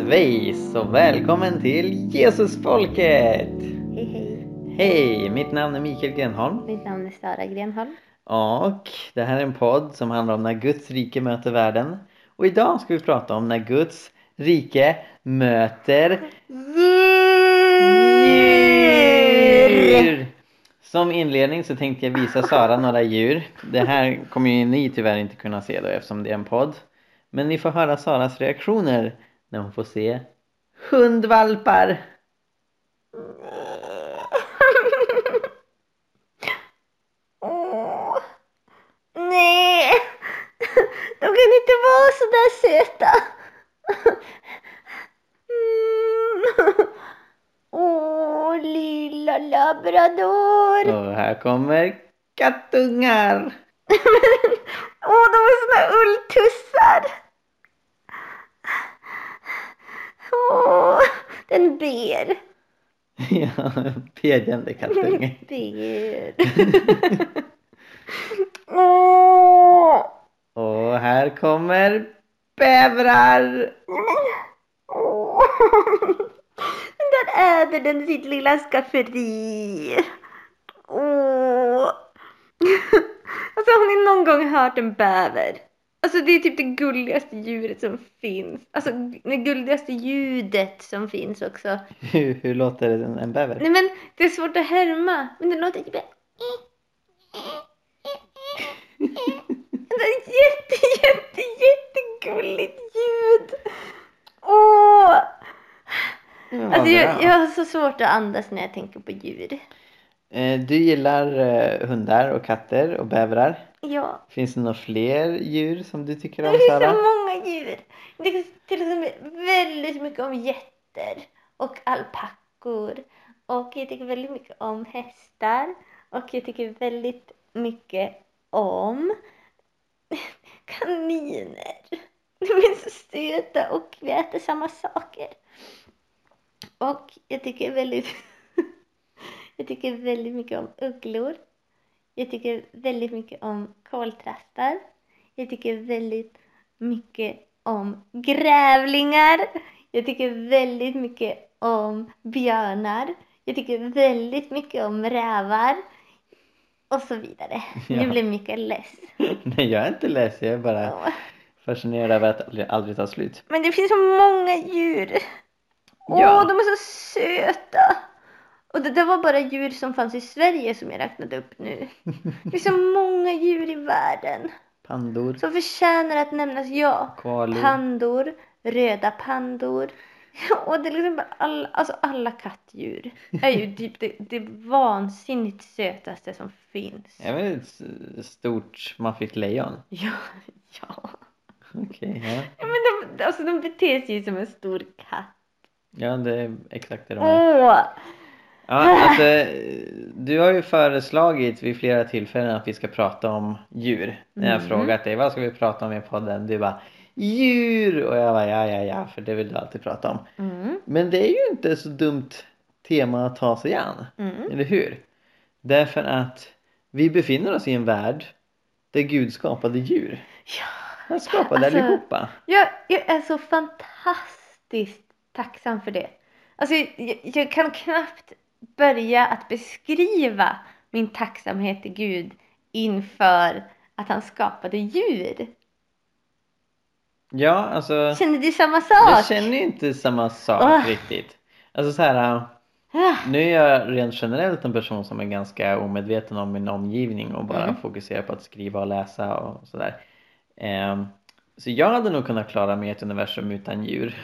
Svejs och välkommen till Jesusfolket! Hej hej, Hej, mitt namn är Mikael Grenholm mitt namn är Sara Grenholm. och det här är en podd som handlar om när Guds rike möter världen. Och idag ska vi prata om när Guds rike möter djur! Som inledning så tänkte jag visa Sara några djur. Det här kommer ju ni tyvärr inte kunna se då eftersom det är en podd. Men ni får höra Saras reaktioner när hon får se hundvalpar. Åh, nej, de kan inte vara så där söta. Åh, lilla labrador. Och här kommer kattungar. Åh, de är såna ulltussar. Åh, den ber. Ja, bedjande kattunge. Ber. Åh. Och här kommer bävrar. Åh. Där äter den sitt lilla skafferi. Åh. Alltså har ni någon gång hört en bäver? Alltså det är typ det gulligaste djuret som finns. Alltså det gulligaste ljudet som finns också. Hur låter en bäver? Nej men det är svårt att härma. Men det låter typ... Det är jättegulligt ljud. Åh! Alltså jag har så svårt att andas när jag tänker på djur. Du gillar hundar och katter och bävrar. Ja. Finns det några fler djur som du tycker om, Det finns Sara? så många djur. Det finns till exempel väldigt mycket om getter och alpackor. Och jag tycker väldigt mycket om hästar. Och jag tycker väldigt mycket om kaniner. De är så söta och vi äter samma saker. Och jag tycker väldigt mycket om ugglor. Jag tycker väldigt mycket om koltrastar. Jag tycker väldigt mycket om grävlingar. Jag tycker väldigt mycket om björnar. Jag tycker väldigt mycket om rävar. Och så vidare. Ja. Nu blir mycket less. Nej, jag är inte less. Jag är bara fascinerad över att det aldrig tar slut. Men det finns så många djur. Ja. Åh, de är så söta. Och det var bara djur som fanns i Sverige som jag räknade upp nu. Det finns så många djur i världen. Pandor. Som förtjänar att nämnas, ja. Koalor. Pandor, röda pandor. Och det är liksom alla kattdjur är ju typ det vansinnigt sötaste som finns. Jag vet ett stort maffigt lejon. Ja. Okej, ja. Ja, men de beter sig ju som en stor katt. Ja, det är exakt det de är. Åh! Ja, alltså, du har ju föreslagit vid flera tillfällen att vi ska prata om djur. När jag frågat dig, vad ska vi prata om i podden? Du bara, djur! Och jag bara, ja, för det vill du alltid prata om. Men det är ju inte så dumt tema att ta sig an, eller hur? Därför att vi befinner oss i en värld där Gud skapade djur. Ja. Han skapade allihopa. Jag är så fantastiskt tacksam för det. Alltså jag kan knappt börja att beskriva min tacksamhet till Gud inför att han skapade djur. Ja, alltså... Känner du samma sak? Jag känner ju inte samma sak riktigt. Alltså så här... Nu är jag rent generellt en person som är ganska omedveten om min omgivning och bara fokuserar på att skriva och läsa och sådär. Så jag hade nog kunnat klara mig i ett universum utan djur.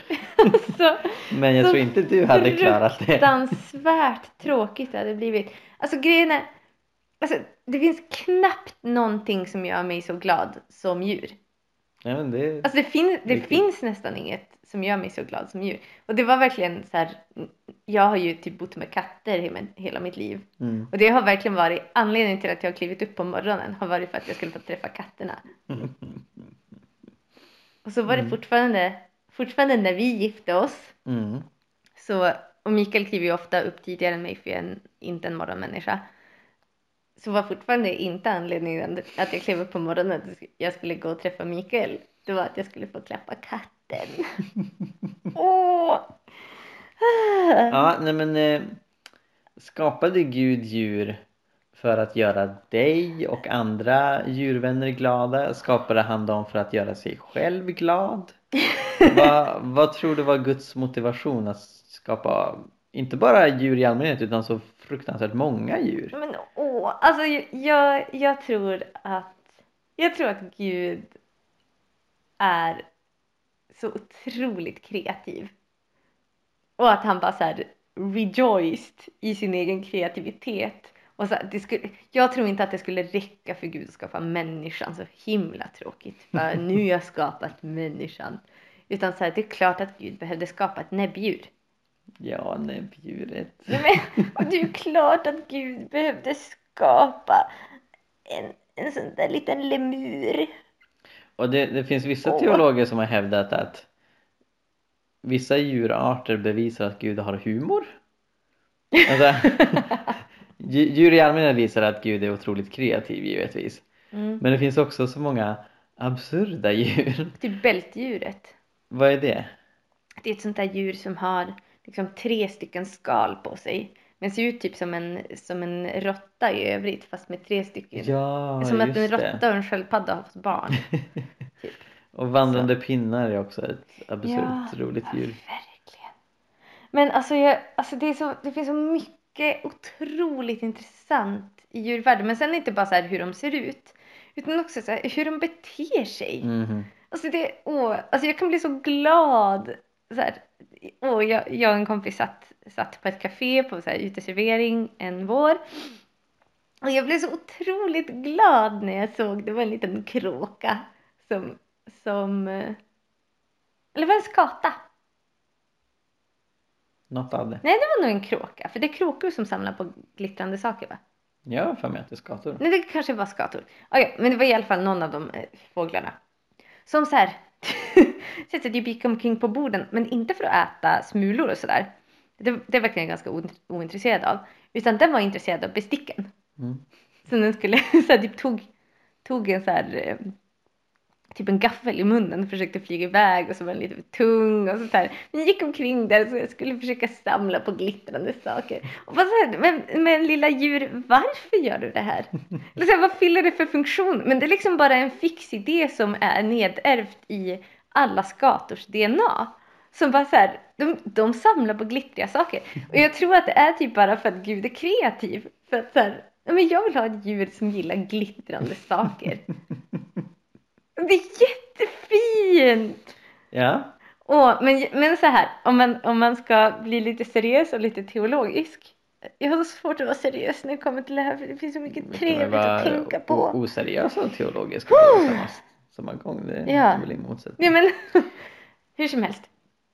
Men jag tror inte du hade klarat det. Fruktansvärt tråkigt det hade blivit. Alltså grejen är, alltså, det finns knappt någonting som gör mig så glad som djur. Ja, men Alltså det finns nästan inget som gör mig så glad som djur. Och det var verkligen så här, jag har ju typ bott med katter hela mitt liv. Och det har verkligen varit anledningen till att jag har klivit upp på morgonen. Har varit för att jag skulle få träffa katterna. Och så var det fortfarande när vi gifte oss. Så, och Mikael kliver ju ofta upp tidigare än mig för jag är inte en morgonmänniska. Så var fortfarande inte anledningen att jag klev upp på morgonen att jag skulle gå och träffa Mikael. Det var att jag skulle få klappa katten. nej men skapade Gud djur för att göra dig och andra djurvänner glada? Skapade han dem för att göra sig själv glad? Vad tror du var Guds motivation att skapa inte bara djur i allmänhet utan så fruktansvärt många djur? Men alltså jag tror att Gud är så otroligt kreativ. Och att han bara så här rejoiced i sin egen kreativitet. Och så, jag tror inte att det skulle räcka för Gud att skapa människan, så himla tråkigt. För nu har jag skapat människan. Utan så här, det är klart att Gud behövde skapa ett näbbdjur. Ja, näbbdjuret. Och det är ju klart att Gud behövde skapa en sån där liten lemur. Och det finns vissa teologer som har hävdat att vissa djurarter bevisar att Gud har humor. Alltså, djur i allmänhet visar att Gud är otroligt kreativ givetvis. Men det finns också så många absurda djur. Typ bältdjuret. Vad är det? Det är ett sånt där djur som har liksom 3 stycken skal på sig. Men ser ut typ som en råtta i övrigt, fast med 3 stycken. Ja, som att en just det. råtta och en sköldpadda har fått barn. Typ. Och vandrande pinnar är också ett absurt roligt djur. Verkligen. Men alltså, det finns så mycket otroligt intressant i djurvärlden. Men sen inte bara så här hur de ser ut, utan också så här hur de beter sig. Alltså, alltså jag kan bli så glad. Så här, jag och en kompis satt på ett café på så här uteservering en vår. Och jag blev så otroligt glad när jag såg, det var en liten kråka som eller var det en skata? Något av det. Nej, det var nog en kråka. För det är kråkor som samlar på glittrande saker, va? Ja, för mig att det är skator. Nej, det kanske var skator. Okej, men det var i alla fall någon av de fåglarna. Som så här sätter typ omkring på borden. Men inte för att äta smulor och sådär. Det verkar jag ganska ointresserad av. Utan den var intresserad av besticken. Så den skulle så här, typ tog en så här typ en gaffel i munnen och försökte flyga iväg, och så var den lite för tung och sånt där. Den gick omkring där så jag skulle försöka samla på glittrande saker. Och bara så här, men lilla djur, varför gör du det här? Eller så här, vad fyller det för funktion? Men det är liksom bara en fix idé som är nedärvt i alla skators DNA. Som bara så här, de samlar på glittriga saker. Och jag tror att det är typ bara för att Gud är kreativ. För att så här, men jag vill ha ett djur som gillar glittrande saker. Det är jättefint! Ja. Men så här, om man ska bli lite seriös och lite teologisk. Jag har så svårt att vara seriös när det kommer till det här, för det finns så mycket trevligt att tänka på. Oseriösa och teologiska på samma gång. Det är väl ingen motsättning. Ja, men hur som helst.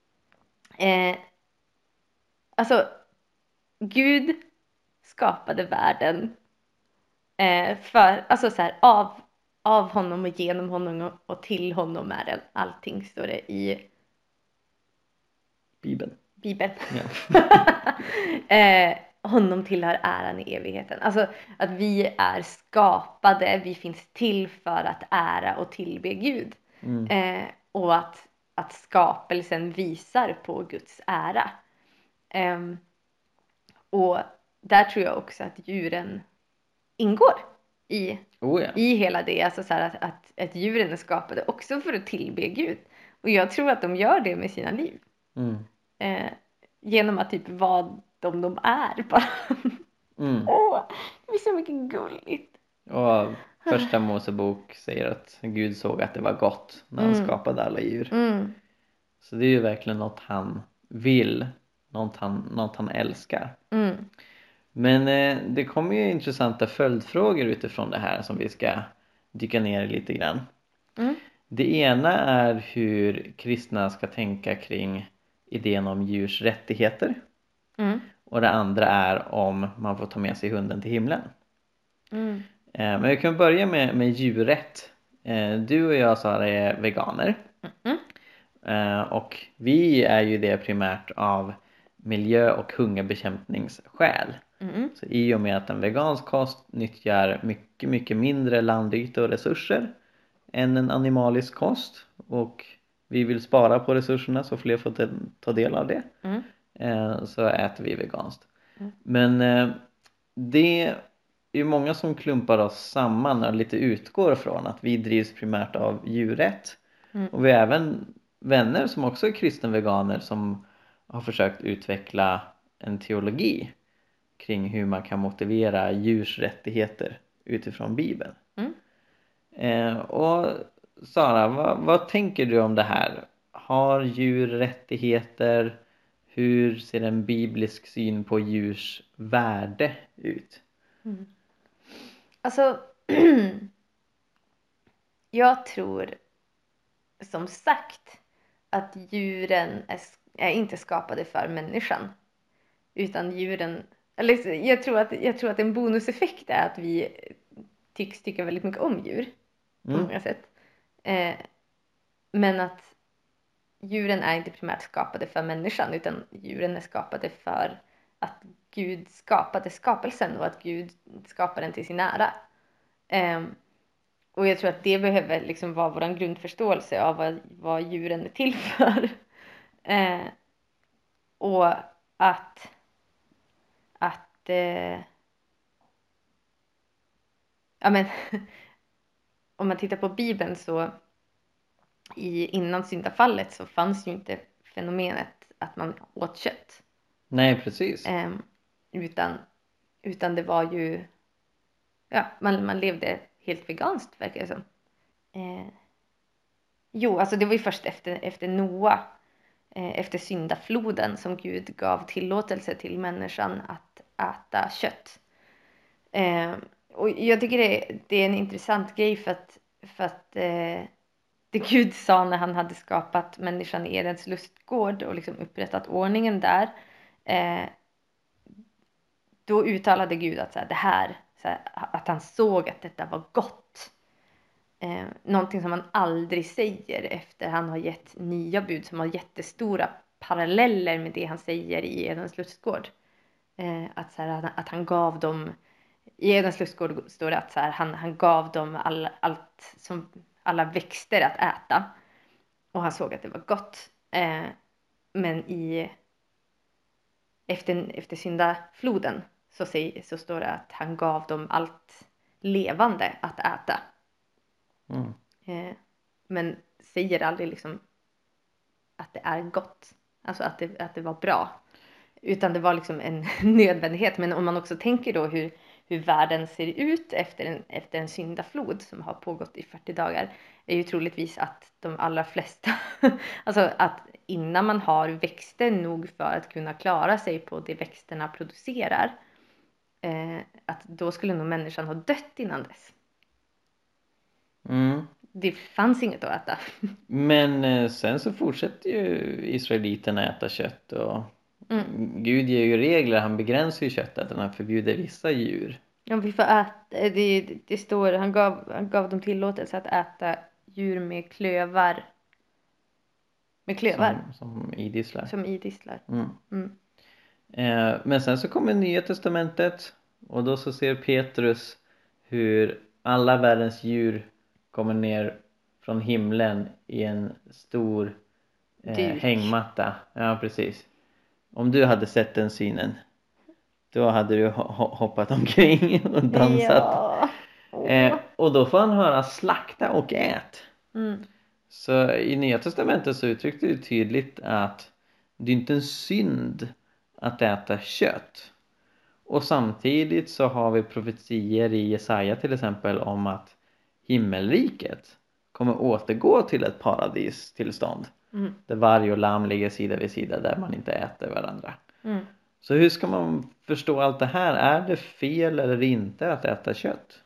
Alltså, Gud skapade världen för, alltså så här, av honom och genom honom och till honom är det allting, står det i Bibeln. Ja. Honom tillhör äran i evigheten. Alltså att vi är skapade, vi finns till för att ära och tillbe Gud. Och att skapelsen visar på Guds ära. Och där tror jag också att djuren ingår i hela det. Alltså så här att djuren är skapade också för att tillbe Gud. Och jag tror att de gör det med sina liv. Genom att typ vara de är bara. Det blir så mycket gulligt. Och första Mosebok säger att Gud såg att det var gott när han skapade alla djur. Så det är ju verkligen något han vill. Något han älskar. Men det kommer ju intressanta följdfrågor utifrån det här som vi ska dyka ner i lite grann. Det ena är hur kristna ska tänka kring idén om djurs rättigheter. Och det andra är om man får ta med sig hunden till himlen. Men vi kan börja med djurrätt. Du och jag, Sara, är veganer. Och vi är ju det primärt av miljö- och hungerbekämpningsskäl. Så i och med att en vegansk kost nyttjar mycket, mycket mindre landyta och resurser än en animalisk kost, och vi vill spara på resurserna så fler får ta del av det, så äter vi veganskt. Men det är ju många som klumpar oss samman och lite utgår från att vi drivs primärt av djurrätt. Och vi har även vänner som också är kristen veganer som har försökt utveckla en teologi kring hur man kan motivera djurs rättigheter utifrån Bibeln. Och Sara, vad tänker du om det här? Har djur rättigheter? Hur ser en biblisk syn på djurs värde ut? Alltså, jag tror som sagt att djuren är inte skapade för människan. Utan djuren, eller jag tror att en bonuseffekt är att vi tycks tycka väldigt mycket om djur på många sätt. Men att djuren är inte primärt skapade för människan, utan djuren är skapade för att Gud skapade skapelsen och att Gud skapade den till sin ära. Och jag tror att det behöver liksom vara vår grundförståelse av vad djuren är till för. Och att ja, men om man tittar på Bibeln så innan syndafallet så fanns ju inte fenomenet att man åt kött. Nej, precis. Utan det var ju, ja, man levde helt veganskt, verkar det som. Jo, alltså det var ju först efter Noa, efter syndafloden, som Gud gav tillåtelse till människan att äta kött. Och jag tycker det är en intressant grej för att det Gud sa när han hade skapat människan i Edens lustgård och liksom upprättat ordningen där, då uttalade Gud att att han såg att detta var gott. Någonting som han aldrig säger efter han har gett nya bud som har jättestora paralleller med det han säger i Edens lustgård. Att han gav dem, i Edens lustgård står det att han gav dem allt som alla växter att äta. Och han såg att det var gott. Men efter syndafloden så står det att han gav dem allt levande att äta. Men säger aldrig liksom att det är gott. Alltså att det var bra. Utan det var liksom en nödvändighet. Men om man också tänker då hur världen ser ut efter en syndaflod som har pågått i 40 dagar, är ju troligtvis att de allra flesta, alltså att innan man har växter nog för att kunna klara sig på det växterna producerar, att då skulle nog människan ha dött innan dess. Det fanns inget att äta. Men sen så fortsätter ju israeliterna äta kött och Gud ger ju regler, han begränsar ju köttet, han förbjuder vissa djur. Ja, vi får äta, det står, han gav dem tillåtelse att äta djur med klövar. Med klövar. Som idisslar. Som idisslar. Men sen så kommer Nya testamentet och då så ser Petrus hur alla världens djur kommer ner från himlen i en stor hängmatta. Ja, precis. Om du hade sett den synen, då hade du hoppat omkring och dansat. Ja. Och då får han höra slakta och ät. Så i Nya testamentet så uttryckte det tydligt att det är inte en synd att äta kött. Och samtidigt så har vi profetier i Jesaja till exempel om att himmelriket kommer återgå till ett paradistillstånd. Där varg och lamm ligger sida vid sida, där man inte äter varandra. Så hur ska man förstå allt det här? Är det fel eller inte att äta kött?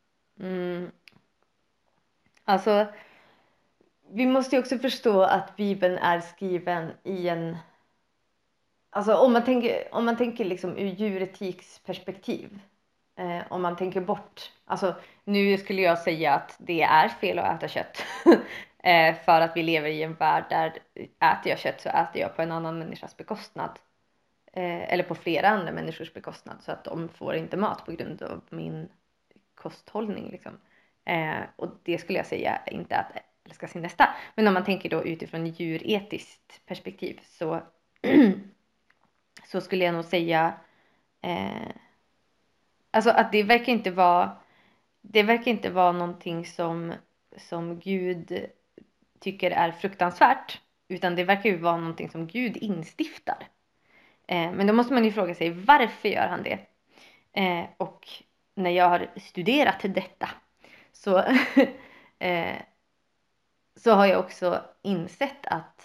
Alltså, vi måste ju också förstå att Bibeln är skriven i en... Alltså om man tänker liksom ur djuretiks perspektiv. Om man tänker bort... Alltså nu skulle jag säga att det är fel att äta kött. För att vi lever i en värld där äter jag kött så äter jag på en annan människas bekostnad. Eller på flera andra människors bekostnad. Så att de får inte mat på grund av min kosthållning liksom. Och det skulle jag säga inte att älska sin nästa. Men om man tänker då utifrån djuretiskt perspektiv så så skulle jag nog säga alltså att det verkar inte vara någonting som Gud tycker är fruktansvärt, utan det verkar ju vara någonting som Gud instiftar. Men då måste man ju fråga sig, varför gör han det? Och när jag har studerat detta så, så har jag också insett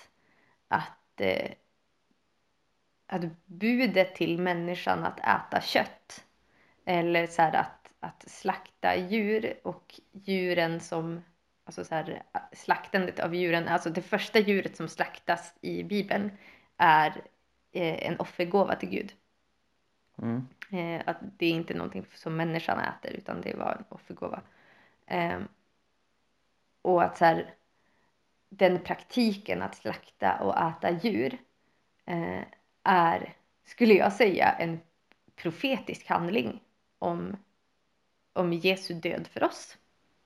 att budet till människan att äta kött, eller så här att slakta djur, och djuren som, alltså så här, slaktandet av djuren, alltså det första djuret som slaktas i Bibeln är en offergåva till Gud. Att det är inte någonting som människan äter, utan det var en offergåva. Och att så här, den praktiken att slakta och äta djur är, skulle jag säga, en profetisk handling om Jesu död för oss.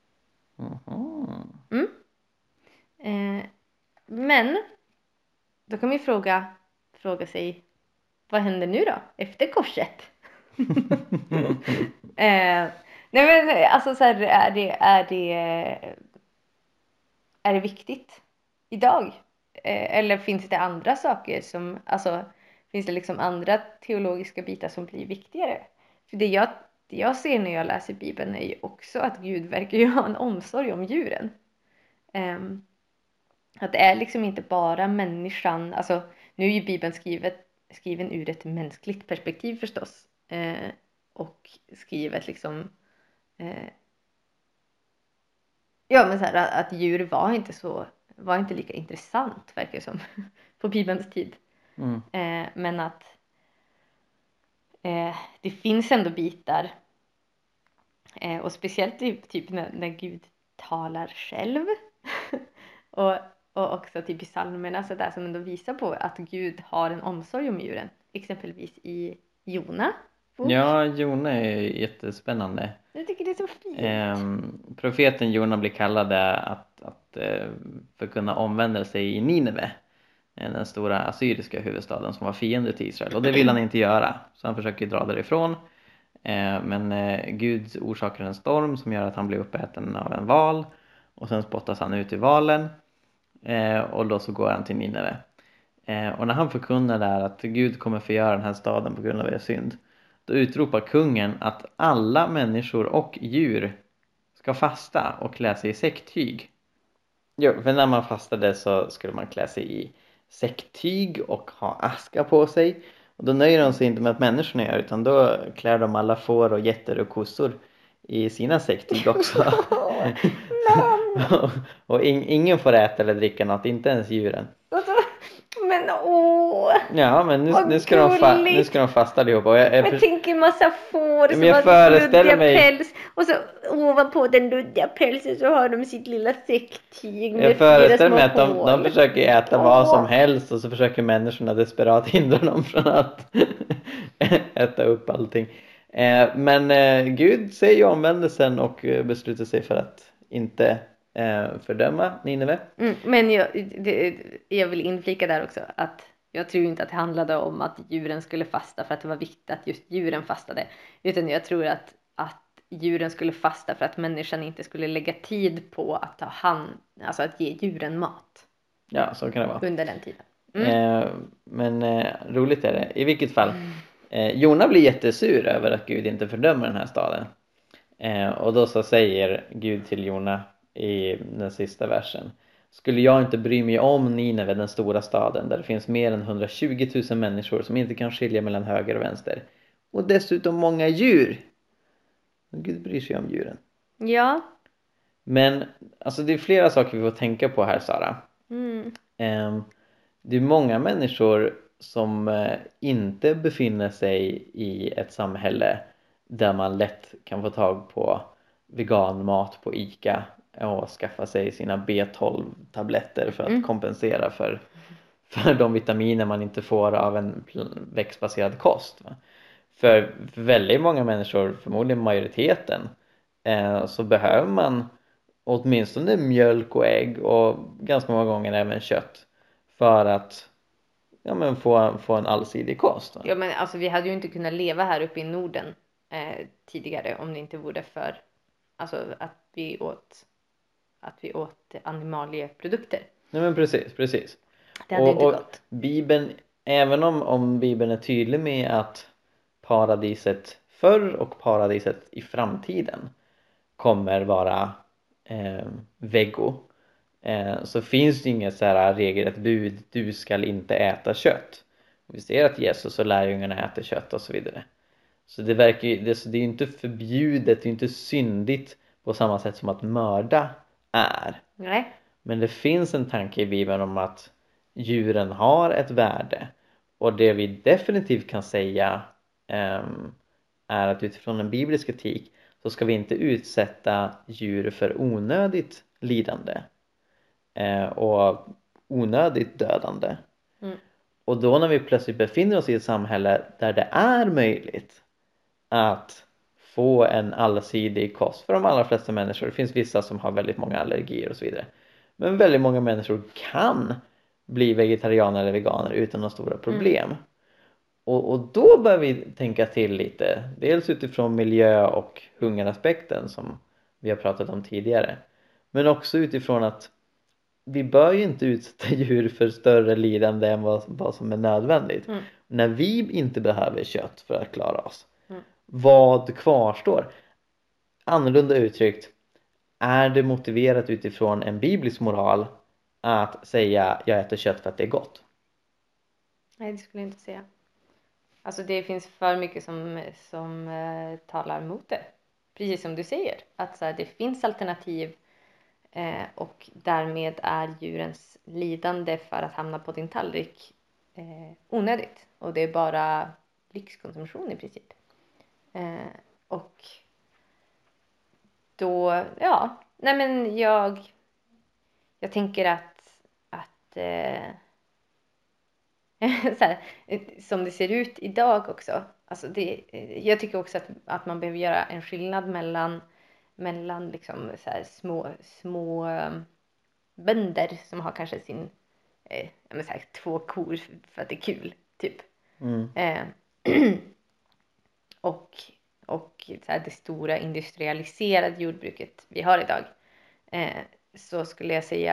Men då kan man ju fråga sig, vad händer nu då efter korset? Nej men alltså så här, är det viktigt idag? Eller finns det andra saker som, alltså finns det liksom andra teologiska bitar som blir viktigare? För det jag ser när jag läser Bibeln är ju också att Gud verkar ju ha en omsorg om djuren. Att det är liksom inte bara människan, alltså nu är ju Bibeln skriven ur ett mänskligt perspektiv förstås. Och skrivet liksom ja men så här, att djur var inte lika intressant, verkar det som, på Bibelns tid. Men att det finns ändå bitar, och speciellt typ när Gud talar själv och också typ i psalmerna så där, som ändå visar på att Gud har en omsorg om djuren, exempelvis i Jona bok. Ja, Jona är jättespännande. Jag tycker det är så fint. Profeten Jona blir kallad att förkunna omvändelse i Nineve, den stora assyriska huvudstaden som var fiende till Israel, och det vill han inte göra, så han försöker dra därifrån. Men Gud orsakar en storm som gör att han blir uppäten av en val, och sen spottas han ut i valen, och då så går han till Nineve. Och när han förkunnar där att Gud kommer förgöra den här staden på grund av er synd, då utropar kungen att alla människor och djur ska fasta och klä sig i säcktyg. Jo, för när man fastade så skulle man klä sig i säcktyg och ha aska på sig. Och då nöjer de sig inte med att människorna gör, utan då klär de alla får och getter och kossor i sina säcktyg också. Och ingen får äta eller dricka något, inte ens djuren. Men Ja, men nu ska de fasta allihopa. Men tänk en massa får som jag föreställer mig päls, och så ovanpå den luddiga pälsen så har de sitt lilla säcktyg med jag föreställer mig att hål. de försöker äta vad som helst, och så försöker människorna desperat hindra dem från att äta upp allting. Men Gud ser ju omvändelsen och beslutar sig för att inte fördöma Nineve. Men jag vill inflika där också att jag tror inte att det handlade om att djuren skulle fasta för att det var viktigt att just djuren fastade, utan jag tror att djuren skulle fasta för att människan inte skulle lägga tid på att alltså att ge djuren mat. Ja, så kan det vara. Under den tiden. Men roligt är det. I vilket fall. Jona blir jättesur över att Gud inte fördömer den här staden. Och då så säger Gud till Jona i den sista versen: skulle jag inte bry mig om Nineve, den stora staden där det finns mer än 120 000 människor som inte kan skilja mellan höger och vänster, och dessutom många djur. Och Gud bryr sig om djuren. Ja. Men alltså det är flera saker vi får tänka på här, Sara. Det är många människor som inte befinner sig i ett samhälle där man lätt kan få tag på veganmat på ICA och skaffa sig sina B12-tabletter för att kompensera för de vitaminer man inte får av en växtbaserad kost. För väldigt många människor, förmodligen majoriteten, så behöver man åtminstone mjölk och ägg och ganska många gånger även kött för att ja, men få en allsidig kost. Ja, men alltså vi hade ju inte kunnat leva här uppe i Norden tidigare om det inte vore för alltså att vi åt animalieprodukter. Nej, men precis. Det hade inte Och gått. Bibeln, även om Bibeln är tydlig med att paradiset förr och paradiset i framtiden kommer vara vego, så finns det inget så här regelrätt bud, du ska inte äta kött. Vi ser att Jesus och lärjungarna äter kött och så vidare. Så det verkar ju, det är ju inte förbjudet, det är inte syndigt på samma sätt som att mörda är. Nej. Men det finns en tanke i Bibeln om att djuren har ett värde. Och det vi definitivt kan säga är att utifrån en biblisk etik så ska vi inte utsätta djur för onödigt lidande och onödigt dödande. Och då när vi plötsligt befinner oss i ett samhälle där det är möjligt att få en allsidig kost för de allra flesta människor. Det finns vissa som har väldigt många allergier och så vidare. Men väldigt många människor kan bli vegetarianer eller veganer utan några stora problem. Och då bör vi tänka till lite. Dels utifrån miljö- och hungeraspekten som vi har pratat om tidigare. Men också utifrån att vi bör ju inte utsätta djur för större lidande än vad som är nödvändigt. När vi inte behöver kött för att klara oss. Vad kvarstår? Annorlunda uttryckt, är det motiverat utifrån en biblisk moral att säga jag äter kött för att det är gott? Nej, det skulle jag inte säga. Alltså det finns för mycket som talar emot det. Precis som du säger. Att så här, det finns alternativ och därmed är djurens lidande för att hamna på din tallrik onödigt. Och det är bara lyxkonsumtion i princip. Och då, ja, nej men jag tänker att så här, som det ser ut idag också. Alltså jag tycker också att man behöver göra en skillnad mellan liksom så här små bönder som har kanske sin så här, 2 kor för att det är kul typ. Och så här, det stora industrialiserade jordbruket vi har idag. Så skulle jag säga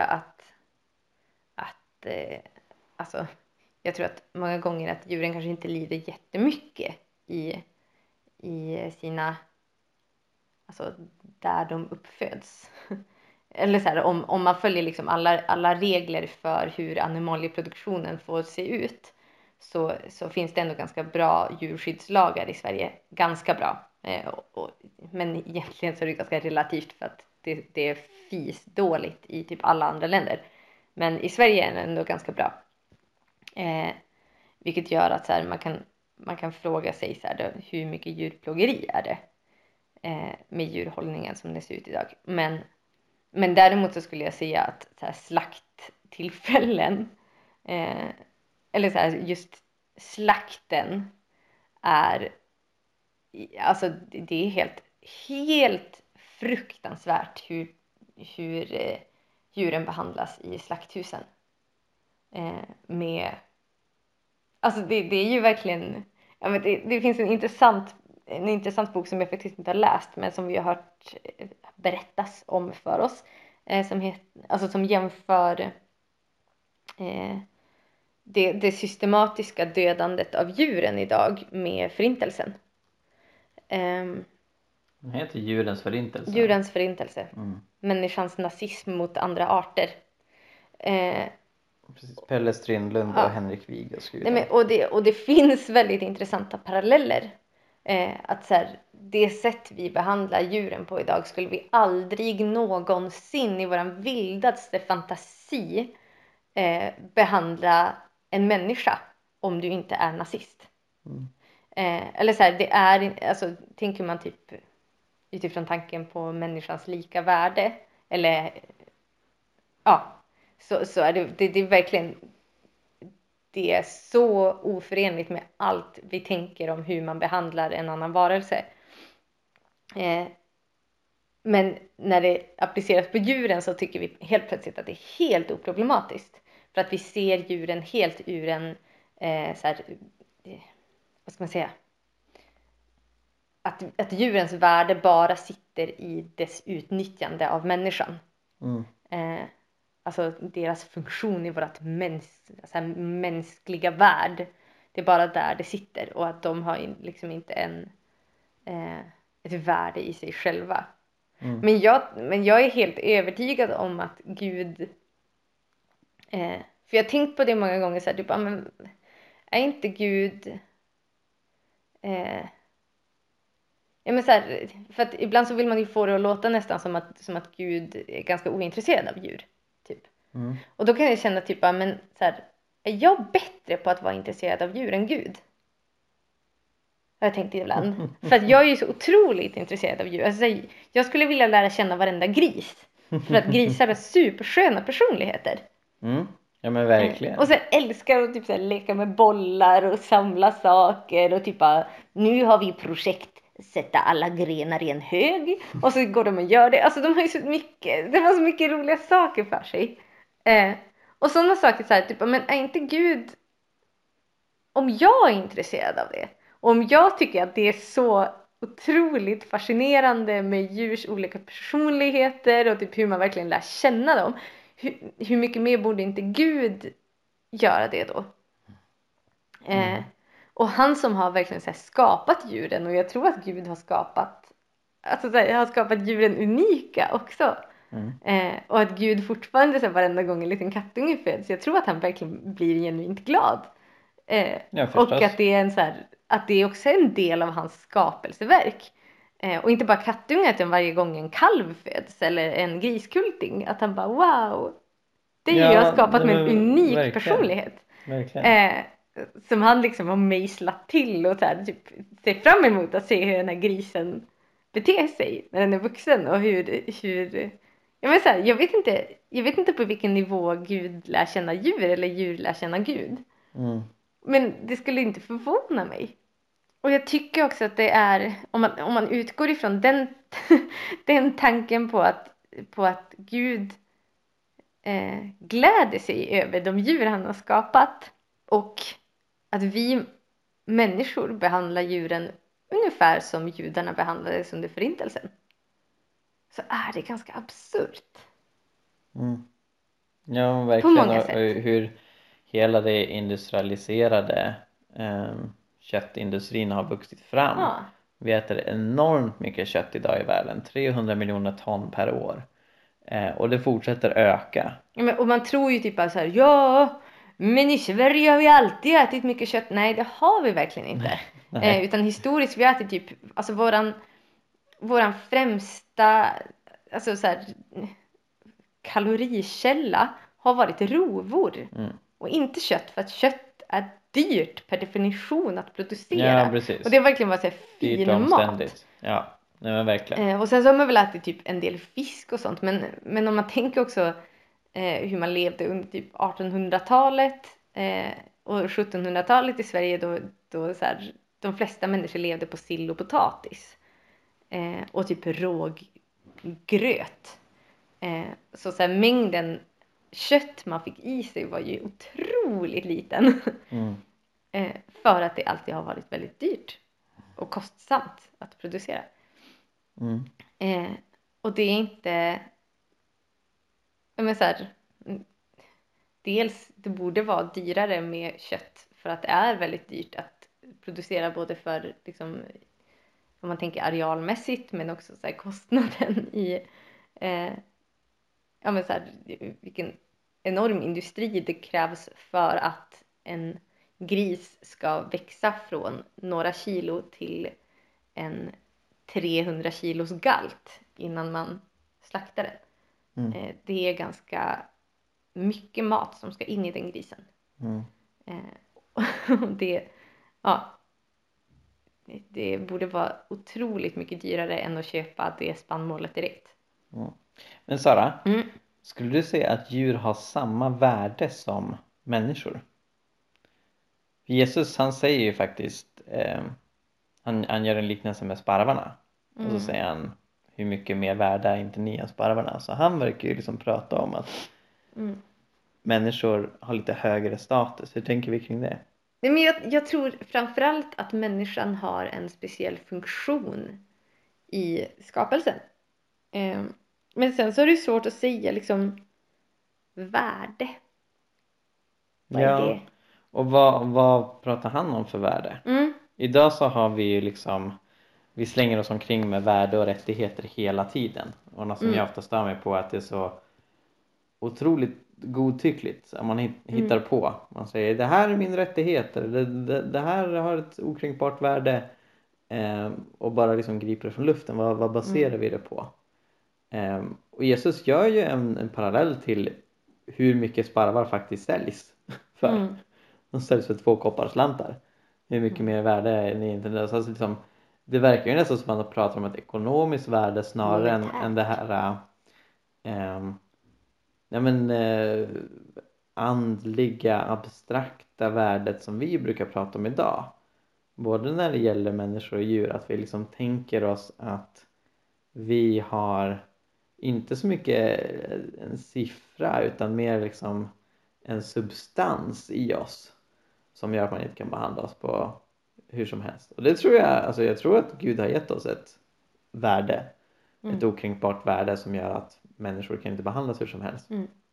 att alltså jag tror att många gånger att djuren kanske inte lider jättemycket i sina, alltså där de uppföds. Eller så här, om man följer liksom alla regler för hur animalieproduktionen får se ut så finns det ändå ganska bra djurskyddslagar i Sverige. Ganska bra. Men egentligen så är det ganska relativt för att det är dåligt i typ alla andra länder. Men i Sverige är det ändå ganska bra. Vilket gör att så här, man kan fråga sig så här, då, hur mycket djurplågeri är det med djurhållningen som det ser ut idag. Men däremot så skulle jag säga att så här, slakttillfällen eller så här, just slakten är, alltså det är helt fruktansvärt hur djuren behandlas i slakthusen. Alltså det är ju verkligen, ja, men det finns en intressant bok som jag faktiskt inte har läst men som vi har hört berättas om för oss som jämför det systematiska dödandet av djuren idag med förintelsen. Den heter Djurens förintelse. Djurens förintelse. Människans nazism mot andra arter. Precis, Pelle Strindlund och Henrik Wigg och så vidare. Och det finns väldigt intressanta paralleller. Att så här, det sätt vi behandlar djuren på idag skulle vi aldrig någonsin i våran vildaste fantasi behandla en människa om du inte är nazist. Eller så här, det är, alltså tänker man typ utifrån tanken på människans lika värde eller ja, så är det är verkligen, det är så oförenligt med allt vi tänker om hur man behandlar en annan varelse. Men när det appliceras på djuren så tycker vi helt plötsligt att det är helt oproblematiskt. För att vi ser djuren helt ur en så här, vad ska man säga? Att djurens värde bara sitter i dess utnyttjande av människan. Alltså deras funktion i vårt mänskliga värld. Det är bara där det sitter och att de har liksom inte ett värde i sig själva. Men jag är helt övertygad om att Gud, för jag har tänkt på det många gånger så här, typ, men är inte Gud ja, men så här, för att ibland så vill man ju få det att låta nästan som att Gud är ganska ointresserad av djur. Typ. Och då kan jag känna typ, men så här, är jag bättre på att vara intresserad av djur än Gud? Har jag tänkt ibland. För att jag är ju så otroligt intresserad av djur. Alltså, jag skulle vilja lära känna varenda gris. För att grisar är supersköna personligheter. Ja men verkligen. Och så älskar att typ, så här, leka med bollar och samla saker. Och typ, nu har vi projekt. Sätta alla grenar i en hög. Och så går de och gör det. Alltså de har ju så mycket roliga saker för sig. Och sådana saker så här, typ, men är inte Gud, om jag är intresserad av det, och om jag tycker att det är så otroligt fascinerande med djurs olika personligheter och typ hur man verkligen lär känna dem, hur mycket mer borde inte Gud göra det då? Och han som har verkligen så här skapat djuren, och jag tror att Gud har skapat, alltså så här, har skapat djuren unika också. Och att Gud fortfarande så här, varenda gång en liten kattunge föds, jag tror att han verkligen blir genuint glad. Och att det är en så här, att det är också en del av hans skapelseverk. Och inte bara kattungar, utan varje gång en kalv föds eller en griskulting, att han bara wow, det är ju jag skapat med en unik verkligen. Personlighet. Verkligen. Som han liksom har mejslat till och så här, typ, ser fram emot att se hur den här grisen beter sig när den är vuxen och hur jag vet så här, jag vet inte på vilken nivå Gud lär känna djur eller djur lär känna Gud. Men det skulle inte förvåna mig. Och jag tycker också att det är, om man utgår ifrån den tanken på att Gud gläder sig över de djur han har skapat, och att vi människor behandlar djuren ungefär som judarna behandlades under förintelsen, så är det ganska absurt. Ja, verkligen. På många sätt. Och hur hela det industrialiserade köttindustrin har vuxit fram. Ja. Vi äter enormt mycket kött idag i världen. 300 miljoner ton per år. Och det fortsätter öka. Ja, men, och man tror ju typ så här, ja, men i Sverige har vi alltid ätit mycket kött. Nej, det har vi verkligen inte. Utan historiskt, vi har ätit typ, alltså våran främsta, alltså så här, kalorikälla har varit rovor. Och inte kött, för att kött är dyrt per definition att producera. Ja, precis. Och det har verkligen varit så här fin mat. Ja, nej, men verkligen. Och sen så har man väl ätit typ en del fisk och sånt. Men om man tänker också hur man levde under typ 1800-talet och 1700-talet i Sverige, då så här, de flesta människor levde på sill och potatis. Och typ råggröt. Så här, mängden kött man fick i sig var ju otroligt liten. För att det alltid har varit väldigt dyrt och kostsamt att producera. Och det är inte, men så här, dels det borde vara dyrare med kött för att det är väldigt dyrt att producera, både för liksom, om man tänker arealmässigt, men också så här, kostnaden i ja, men så här, vilken enorm industri det krävs för att en gris ska växa från några kilo till en 300 kilos galt innan man slaktar den. Det är ganska mycket mat som ska in i den grisen. Det borde vara otroligt mycket dyrare än att köpa det spannmålet direkt. Men Sara, skulle du säga att djur har samma värde som människor? Jesus, han säger ju faktiskt, han gör en liknelse med sparvarna. Och så säger han, hur mycket mer värda är inte ni än sparvarna? Så han verkar ju liksom prata om att människor har lite högre status. Hur tänker vi kring det? Nej, men jag tror framförallt att människan har en speciell funktion i skapelsen. Men sen så är det svårt att säga liksom värde. Vad är Ja, det? och vad pratar han om för värde? Mm. Idag så har vi ju liksom, vi slänger oss omkring med värde och rättigheter hela tiden. Och något som jag ofta stör mig på är att det är så otroligt godtyckligt. Man hittar på. Man säger det här är min rättighet. Eller det här har ett okränkbart värde. Och bara liksom griper det från luften. Vad baserar vi det på? Och Jesus gör ju en parallell till hur mycket sparvar faktiskt säljs för. De säljs för 2 kopparslantar. Hur mycket mer värde är det inte? Alltså liksom, det verkar ju nästan som att man pratar om ett ekonomiskt värde snarare än det här ja, men, andliga, abstrakta värdet som vi brukar prata om idag. Både när det gäller människor och djur, att vi liksom tänker oss att vi har inte så mycket en siffra utan mer liksom en substans i oss som gör att man inte kan behandla oss på hur som helst. Och det tror jag, alltså jag tror att Gud har gett oss ett värde, ett okränkbart värde som gör att människor kan inte behandlas hur som helst.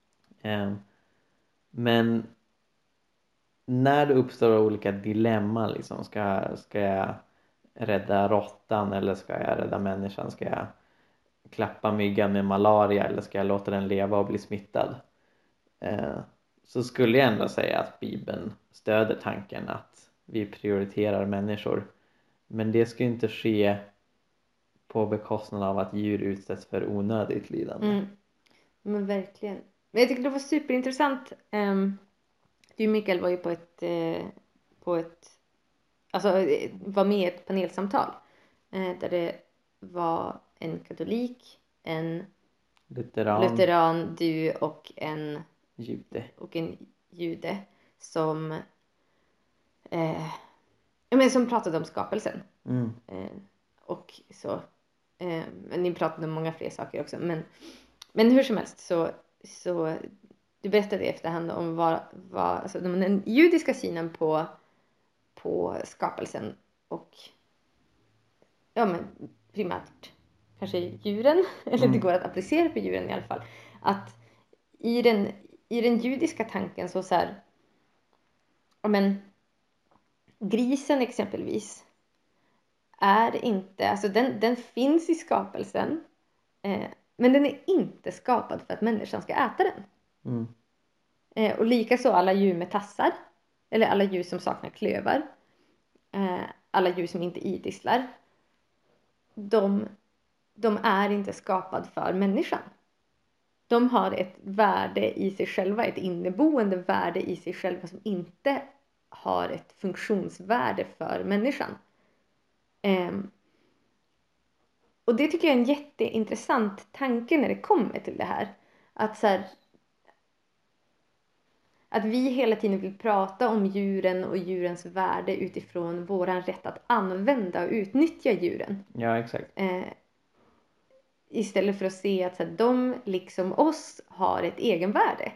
Men när det uppstår olika dilemman liksom, ska jag rädda råttan eller ska jag rädda människan? Ska jag klappa myggan med malaria eller ska jag låta den leva och bli smittad? Så skulle jag ändå säga att Bibeln stöder tanken att vi prioriterar människor. Men det ska ju inte ske på bekostnad av att djur utsätts för onödigt lidande. Men verkligen. Men jag tycker det var superintressant. Du Mikael var ju på ett alltså var med i ett panelsamtal där det var en katolik, en lutheran, du och en jude som som pratade om skapelsen. Och så men ni pratade om många fler saker också, men hur som helst så du berättade i efterhand om vad alltså den judiska synen på skapelsen och men primärt kanske djuren eller det går att applicera på djuren i alla fall, att i den judiska tanken så här grisen exempelvis är inte, alltså den finns i skapelsen men den är inte skapad för att människan ska äta den. Och likaså alla djur med tassar eller alla djur som saknar klövar, alla djur som inte idisslar, de är inte skapade för människan. De har ett värde i sig själva, ett inneboende värde i sig själva som inte har ett funktionsvärde för människan. Och det tycker jag är en jätteintressant tanke när det kommer till det här. Att vi hela tiden vill prata om djuren och djurens värde utifrån våran rätt att använda och utnyttja djuren. Ja, exakt. Istället för att se att de liksom oss har ett egenvärde.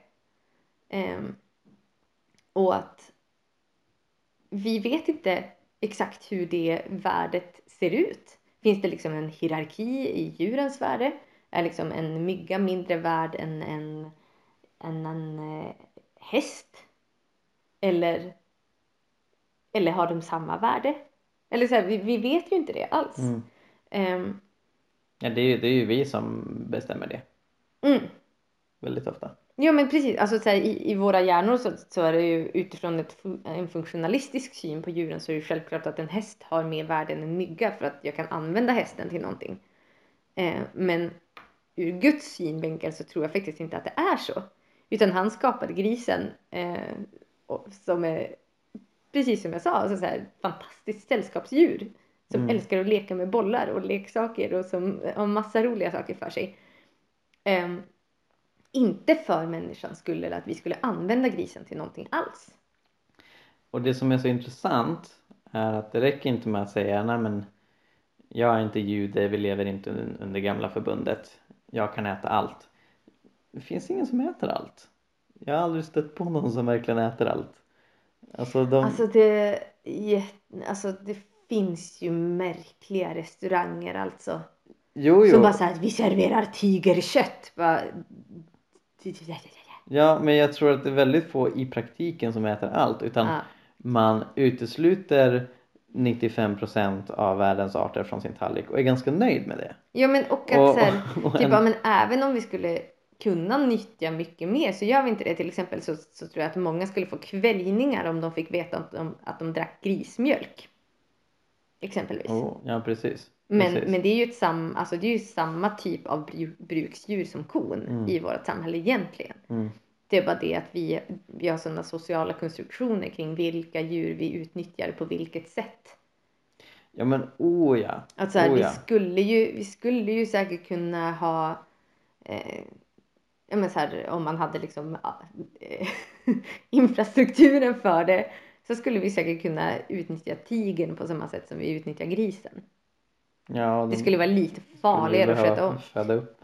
Och att vi vet inte exakt hur det värdet ser ut. Finns det liksom en hierarki i djurens värde? Är liksom en mygga mindre värd än en häst? Eller har de samma värde? Eller så här, vi vet ju inte det alls. Ja, det är ju vi som bestämmer det. Väldigt ofta. Ja, men precis. Alltså så här, i våra hjärnor så är det ju utifrån en funktionalistisk syn på djuren så är det självklart att en häst har mer värde än en mygga för att jag kan använda hästen till någonting. Men ur Guds synvinkel så tror jag faktiskt inte att det är så. Utan han skapade grisen som är, precis som jag sa, alltså så här, fantastiskt sällskapsdjur. Som älskar att leka med bollar och leksaker och som har massa roliga saker för sig. Inte för människan skulle eller att vi skulle använda grisen till någonting alls. Och det som är så intressant är att det räcker inte med att säga nej men jag är inte jude, vi lever inte under gamla förbundet, jag kan äta allt. Det finns ingen som äter allt. Jag har aldrig stött på någon som verkligen äter allt. Alltså de... Alltså det finns ju märkliga restauranger alltså. Jo, Som jo. bara så här, vi serverar tigerkött. Bara... Ja, men jag tror att det är väldigt få i praktiken som äter allt. Utan Ja. man utesluter 95% av världens arter från sin tallrik och är ganska nöjd med det. Ja, men och att Och- så här, och typ, en- ja, men även om vi skulle kunna nyttja mycket mer så gör vi inte det. Till exempel så tror jag att många skulle få kväljningar om de fick veta att de drack grismjölk. Exempelvis. Ja, precis. Men det är ju det är ju samma typ av bruksdjur som kon i vårt samhälle egentligen. Mm. Det är bara det att vi har sådana sociala konstruktioner kring vilka djur vi utnyttjar på vilket sätt. Ja, men ja. Alltså ja. vi skulle ju säkert kunna ha ja, men så här, om man hade liksom infrastrukturen för det så skulle vi säkert kunna utnyttja tigern på samma sätt som vi utnyttjar grisen. Ja, Det skulle vara lite farligare att sköta om. föda upp.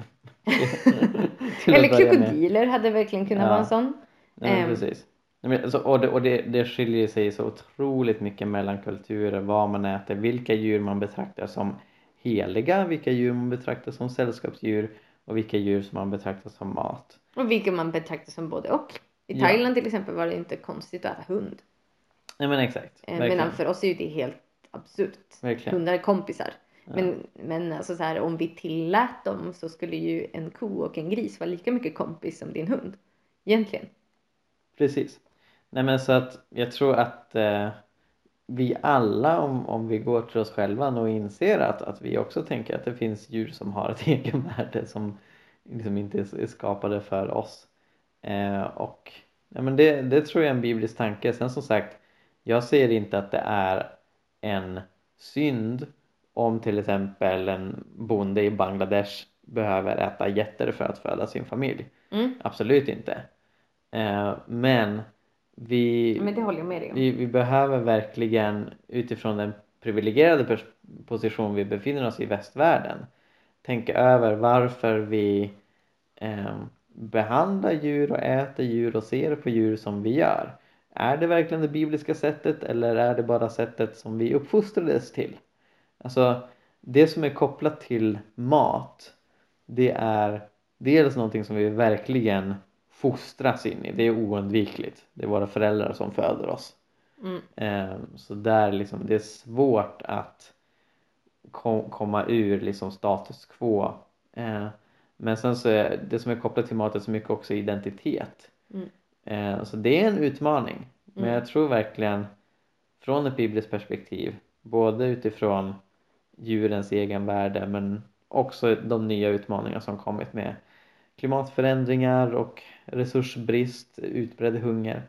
Eller krokodiler hade verkligen kunnat vara en sån. Nej, men precis. Nej, men, alltså, och det skiljer sig så otroligt mycket mellan kulturer, vad man äter, vilka djur man betraktar som heliga, vilka djur man betraktar som sällskapsdjur och vilka djur som man betraktar som mat. Och vilka man betraktar som både och. I Thailand till exempel var det inte konstigt att äta hund. Nej, men exakt. Men för oss är ju det helt absurt. Verkligen. Hundar är kompisar. Ja. Men alltså så här, om vi tillät dem så skulle ju en ko och en gris vara lika mycket kompis som din hund. Egentligen. Precis. Nej, men så att jag tror att vi alla om vi går till oss själva nog inser att vi också tänker att det finns djur som har ett egenvärde som liksom inte är skapade för oss. Och ja, men det tror jag är en biblisk tanke. Sen som sagt, jag ser inte att det är en synd om till exempel en bonde i Bangladesh behöver äta getter för att föda sin familj. Absolut inte. Men Men det håller jag med dig om. vi behöver verkligen utifrån den privilegierade position vi befinner oss i västvärlden tänka över varför vi behandlar djur och äter djur och ser på djur som vi gör. Är det verkligen det bibliska sättet eller är det bara sättet som vi uppfostrades till? Alltså det som är kopplat till mat, det är dels någonting som vi verkligen fostras in i. Det är oundvikligt. Det är våra föräldrar som föder oss. Så där liksom, det är svårt att komma ur liksom status quo. Men sen så är det som är kopplat till maten så mycket också identitet. Så det är en utmaning. Men jag tror verkligen från ett bibliskt perspektiv, både utifrån djurens egenvärde men också de nya utmaningar som kommit med klimatförändringar och resursbrist, utbredd hunger,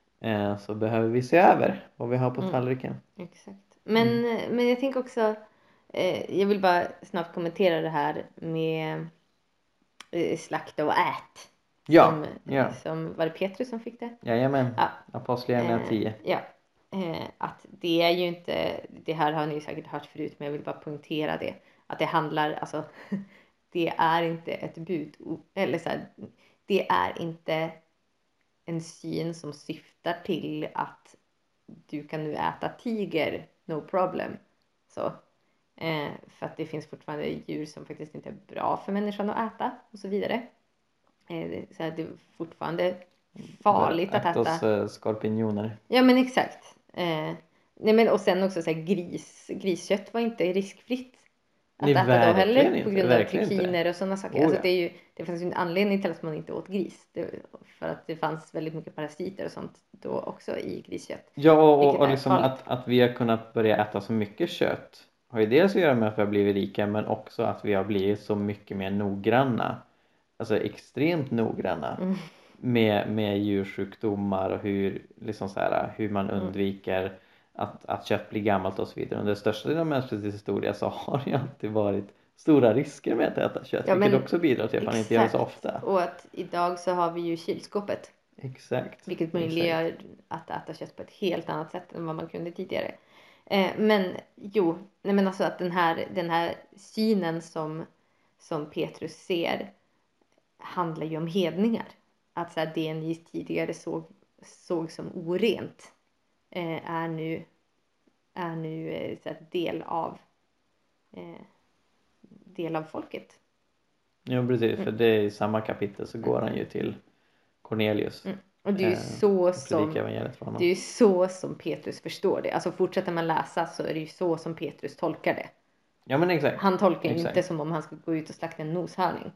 så behöver vi se över vad vi har på tallriken. Exakt. Men jag tänker också, jag vill bara snabbt kommentera det här med slakta och ät. Ja. Som var det Petrus som fick det? Jajamän. Ja. Apostlagärningarna 10. Ja. Att det är ju inte, det här har ni säkert hört förut men jag vill bara poängtera det. Att det handlar, alltså det är inte ett bud, eller så här, det är inte en syn som syftar till att du kan nu äta tiger, no problem. Så, för att det finns fortfarande djur som faktiskt inte är bra för människan att äta och så vidare. Så här, det är fortfarande farligt att äta. Oss skorpioner. Ja men exakt. Nej, men, och sen också så här, griskött var inte riskfritt att äta då heller på grund av trikiner och sådana saker. Alltså, det fanns ju en anledning till att man inte åt gris. För att det fanns väldigt mycket parasiter och sånt då också i griskött. Ja, och liksom att vi har kunnat börja äta så mycket kött har ju dels att göra med att vi har blivit rika men också att vi har blivit så mycket mer noggranna. Alltså extremt noggranna med djursjukdomar och hur man undviker att kött blir gammalt och så vidare. Under största delen av mänsklighetens historia så har det ju alltid varit stora risker med att äta kött. Ja, vilket också bidrar till att man inte gör det så ofta. Och att idag så har vi ju kylskåpet. Exakt. Vilket möjliggör att äta kött på ett helt annat sätt än vad man kunde tidigare. Men alltså att den här synen som Petrus ser handlar ju om hedningar. Att så här, det ni tidigare såg som orent är nu så här del av folket. Ja, precis. För det är i samma kapitel så går han ju till Cornelius. Och det är ju Det är så som Petrus förstår det. Alltså fortsätter man läsa så är det ju så som Petrus tolkar det. Ja, men exakt. Han tolkar ju inte som om han skulle gå ut och slakta en noshörning.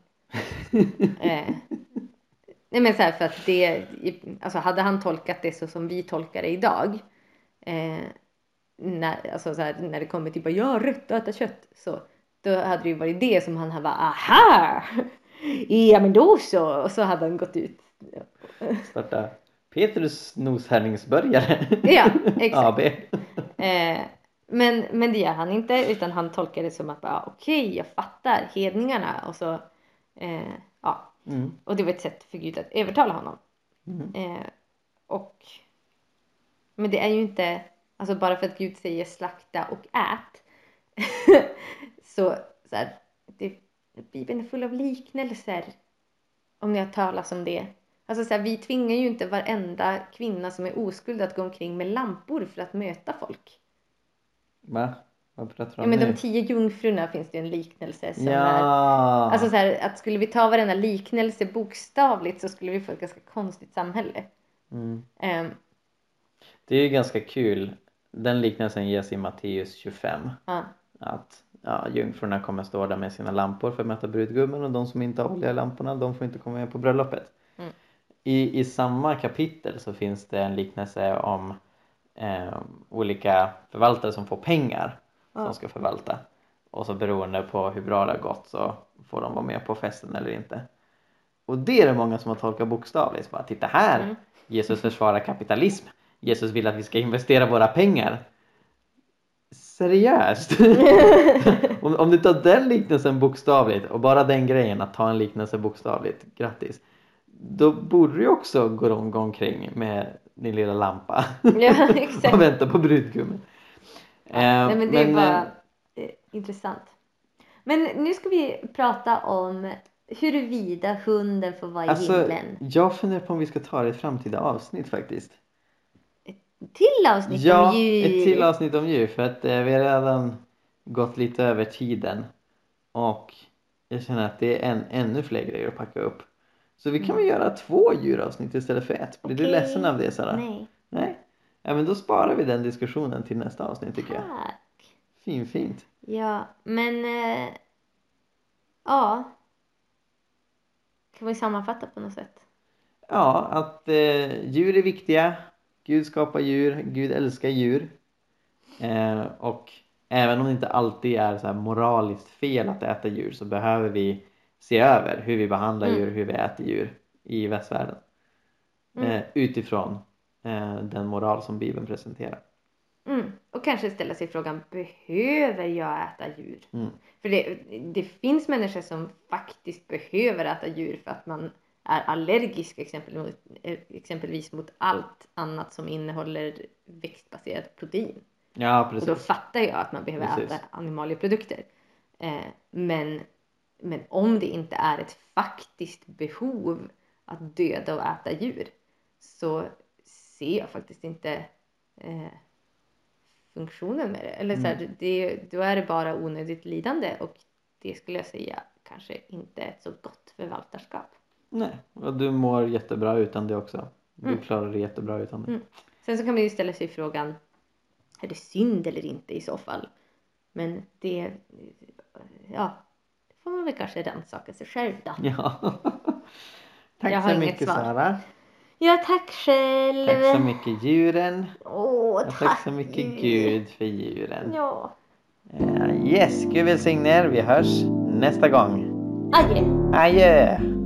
Nej, men så här, för att det, alltså hade han tolkat det så som vi tolkar det idag, när det kommer till bara jag har rätt att äta kött, så då hade det ju varit det som han bara aha, ja men då så, och så hade han gått ut. Starta Petrus noshörningsbörjare. Ja, exakt. AB. Men det gör han inte, utan han tolkar det som att okej, jag fattar hedningarna, och så och det var ett sätt för Gud att övertala honom. Men det är ju inte, alltså bara för att Gud säger slakta och ät så här, Bibeln är full av liknelser, om ni har talat om det. Alltså så här, vi tvingar ju inte varenda kvinna som är oskuld att gå omkring med lampor för att möta folk. Va? Vad pratar du om? Ja, men nu? de 10 jungfrurna finns det en liknelse som Ja. är, alltså så här, att skulle vi ta varenda liknelse bokstavligt så skulle vi få ett ganska konstigt samhälle. Det är ju ganska kul. Den liknelsen ges i Matteus 25. Att jungfrurna kommer stå där med sina lampor för att möta brudgummen, och de som inte har olja i lamporna, de får inte komma med på bröllopet. I samma kapitel så finns det en liknelse om olika förvaltare som får pengar som ska förvalta. Och så beroende på hur bra det har gått så får de vara med på festen eller inte. Och det är det många som har tolkat bokstavligt. Bara, titta här, Jesus försvarar kapitalism. Jesus vill att vi ska investera våra pengar. Seriöst? om du tar den liknelsen bokstavligt och bara den grejen att ta en liknelse bokstavligt, grattis. Då borde du också gå omkring med din lilla lampa. Ja, exakt. Och vänta på brudgummen. Nej, men det är bara intressant. Men nu ska vi prata om huruvida hunden får vara i himlen. Jag funderar på om vi ska ta det i ett framtida avsnitt faktiskt. Ett till avsnitt om djur. Ja, ett till avsnitt om djur. För att vi har redan gått lite över tiden. Och jag känner att det är ännu fler grejer att packa upp. Så vi kan väl göra 2 djuravsnitt istället för 1. Blir du ledsen av det, Sara? Nej? Ja, men då sparar vi den diskussionen till nästa avsnitt, tycker jag. Fint. Ja, men ja. Kan vi sammanfatta på något sätt? Ja, att djur är viktiga. Gud skapar djur. Gud älskar djur. Och även om det inte alltid är så här moraliskt fel att äta djur, så behöver vi se över hur vi behandlar djur, hur vi äter djur i västvärlden. Utifrån den moral som Bibeln presenterar. Och kanske ställa sig frågan, behöver jag äta djur? För det finns människor som faktiskt behöver äta djur för att man är allergisk exempelvis mot allt annat som innehåller växtbaserat protein. Ja, precis. Och då fattar jag att man behöver äta animalieprodukter. Men om det inte är ett faktiskt behov att döda och äta djur, så ser jag faktiskt inte funktionen med det. Eller så här, då är det bara onödigt lidande, och det skulle jag säga kanske inte är ett så gott förvaltarskap. Nej, och du mår jättebra utan det också. Du klarar det jättebra utan det. Sen så kan man ju ställa sig frågan, är det synd eller inte i så fall? Men det får man väl kanske rannsaka sig själv då. Ja. Tack så mycket, Sara. Ja, tack själv. Tack så mycket djuren. Tack så mycket Gud för djuren. Ja. Yes, Gud välsigne er. Vi hörs nästa gång. Adjö. Adjö.